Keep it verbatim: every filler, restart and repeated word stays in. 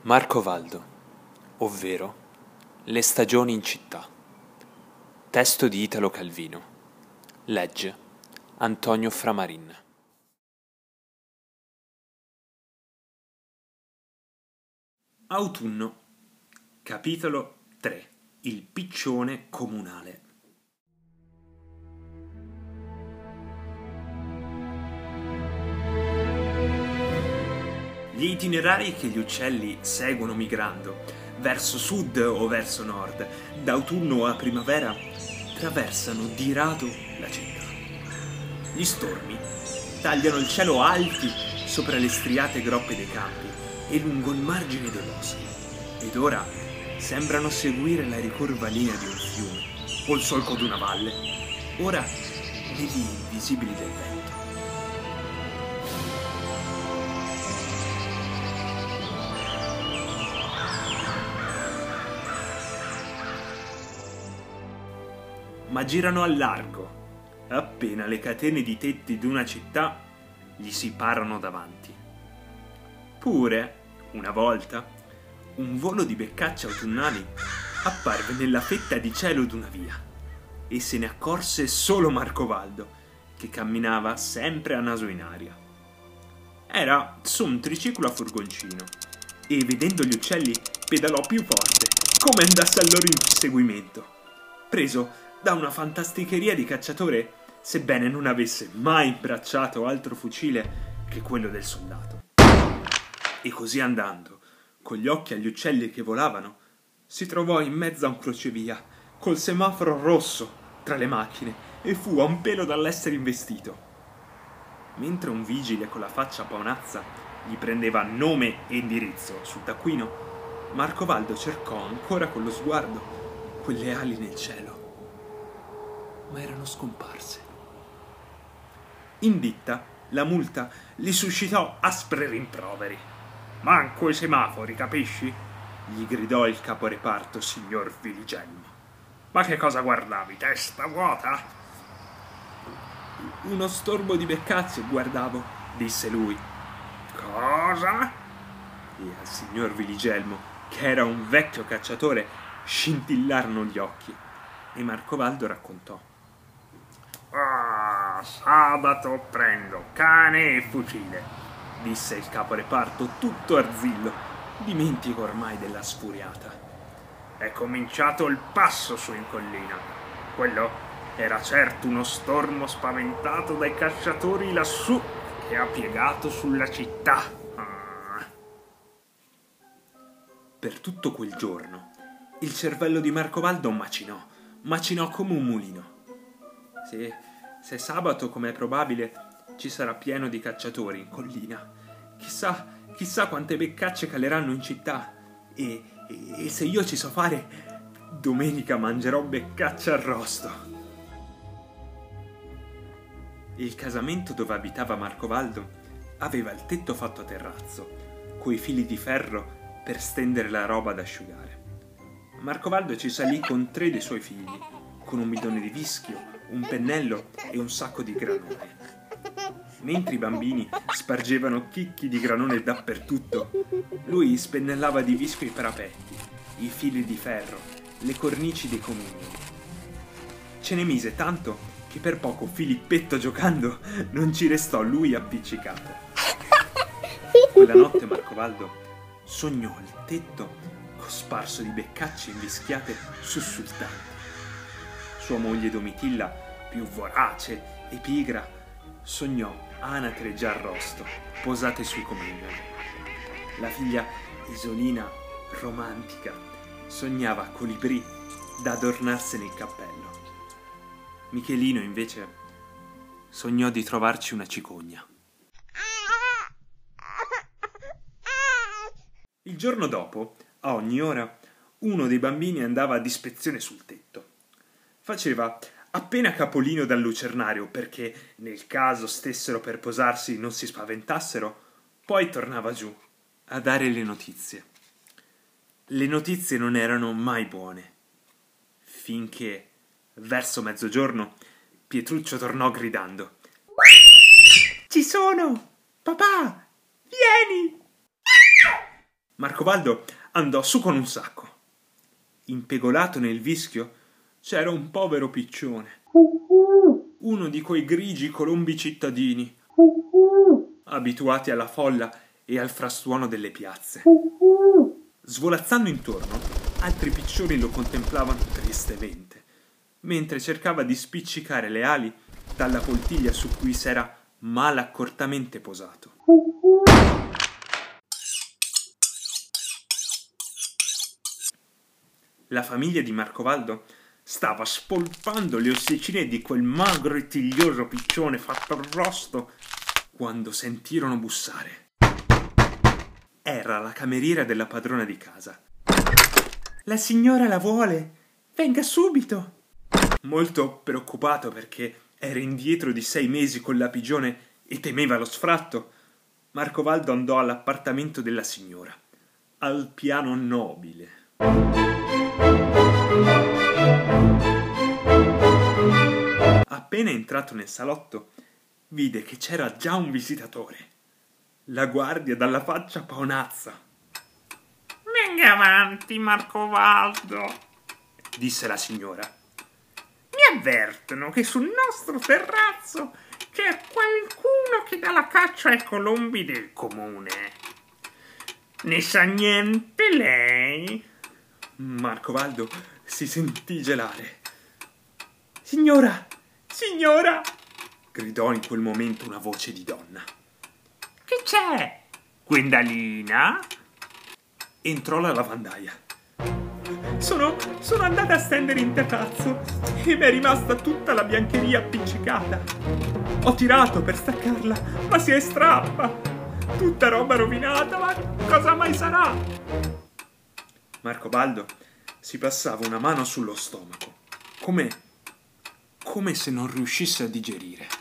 Marco Valdo, ovvero Le stagioni in città. Testo di Italo Calvino. Legge Antonio Framarin. Autunno. Capitolo tre. Il piccione comunale. Gli itinerari che gli uccelli seguono migrando, verso sud o verso nord, d'autunno a primavera, traversano di rado la città. Gli stormi tagliano il cielo alti sopra le striate groppe dei campi e lungo il margine dei boschi, ed ora sembrano seguire la ricurva linea di un fiume o il solco di una valle, ora le vie invisibili del vento. Ma girano al largo, appena le catene di tetti d'una città gli si parano davanti. Pure, una volta, un volo di beccacce autunnali apparve nella fetta di cielo d'una via, e se ne accorse solo Marco Valdo, che camminava sempre a naso in aria. Era su un triciclo a furgoncino, e vedendo gli uccelli pedalò più forte, come andasse al loro inseguimento, preso da una fantasticheria di cacciatore, sebbene non avesse mai imbracciato altro fucile che quello del soldato. E così andando, con gli occhi agli uccelli che volavano, si trovò in mezzo a un crocevia, col semaforo rosso tra le macchine, e fu a un pelo dall'essere investito. Mentre un vigile con la faccia paonazza gli prendeva nome e indirizzo sul taccuino, Marco Valdo cercò ancora con lo sguardo quelle ali nel cielo, ma erano scomparse. In ditta, la multa gli suscitò aspri rimproveri. «Manco i semafori, capisci?» gli gridò il caporeparto, signor Viligelmo. «Ma che cosa guardavi, testa vuota?» «Uno stormo di beccacce guardavo», disse lui. «Cosa?» E al signor Viligelmo, che era un vecchio cacciatore, scintillarono gli occhi, e Marco Valdo raccontò. «Ah, sabato prendo cane e fucile», disse il caporeparto tutto arzillo, dimentico ormai della sfuriata. «È cominciato il passo su in collina. Quello era certo uno stormo spaventato dai cacciatori lassù che ha piegato sulla città». Ah. Per tutto quel giorno il cervello di Marco Valdo macinò, macinò come un mulino. Se, se sabato, come è probabile, ci sarà pieno di cacciatori in collina, chissà, chissà quante beccacce caleranno in città, e, e, e se io ci so fare, domenica mangerò beccacce arrosto. Il casamento dove abitava Marco Valdo aveva il tetto fatto a terrazzo, coi fili di ferro per stendere la roba ad asciugare. Marco Valdo ci salì con tre dei suoi figli, con un bidone di vischio, un pennello e un sacco di granone. Mentre i bambini spargevano chicchi di granone dappertutto, lui spennellava di vischio i parapetti, i fili di ferro, le cornici dei comunioni. Ce ne mise tanto che per poco Filippetto, giocando, non ci restò lui appiccicato. Quella notte Marco Valdo sognò il tetto cosparso di beccacce invischiate sussultanti. Sua moglie Domitilla, più vorace e pigra, sognò anatre già arrosto posate sui comignoli. La figlia Isolina, romantica, sognava colibrì da adornarsene il cappello. Michelino, invece, sognò di trovarci una cicogna. Il giorno dopo, a ogni ora, uno dei bambini andava ad ispezione sul tetto. Faceva appena capolino dal lucernario perché, nel caso stessero per posarsi, non si spaventassero, poi tornava giù a dare le notizie. Le notizie non erano mai buone, finché, verso mezzogiorno, Pietruccio tornò gridando: «Ci sono! Papà, vieni!» Marcovaldo andò su con un sacco. Impegolato nel vischio c'era un povero piccione, uno di quei grigi colombi cittadini, abituati alla folla e al frastuono delle piazze. Svolazzando intorno, altri piccioni lo contemplavano tristemente, mentre cercava di spiccicare le ali dalla poltiglia su cui s'era malaccortamente posato. La famiglia di Marcovaldo stava spolpando le ossicine di quel magro e tiglioso piccione fatto arrosto quando sentirono bussare. Era la cameriera della padrona di casa. «La signora la vuole! Venga subito!» Molto preoccupato perché era indietro di sei mesi con la pigione e temeva lo sfratto, Marcovaldo andò all'appartamento della signora, al piano nobile. Appena entrato nel salotto, vide che c'era già un visitatore, la guardia dalla faccia paonazza. «Venga avanti, Marcovaldo», disse la signora. «Mi avvertono che sul nostro terrazzo c'è qualcuno che dà la caccia ai colombi del comune. Ne sa niente lei?» Marcovaldo si sentì gelare. «Signora! Signora!» gridò in quel momento una voce di donna. «Che c'è? Gwendalina?» Entrò la lavandaia. Sono, sono andata a stendere in terrazzo e mi è rimasta tutta la biancheria appiccicata. Ho tirato per staccarla, ma si è strappa. Tutta roba rovinata, ma cosa mai sarà?» Marcovaldo si passava una mano sullo stomaco, come, come se non riuscisse a digerire.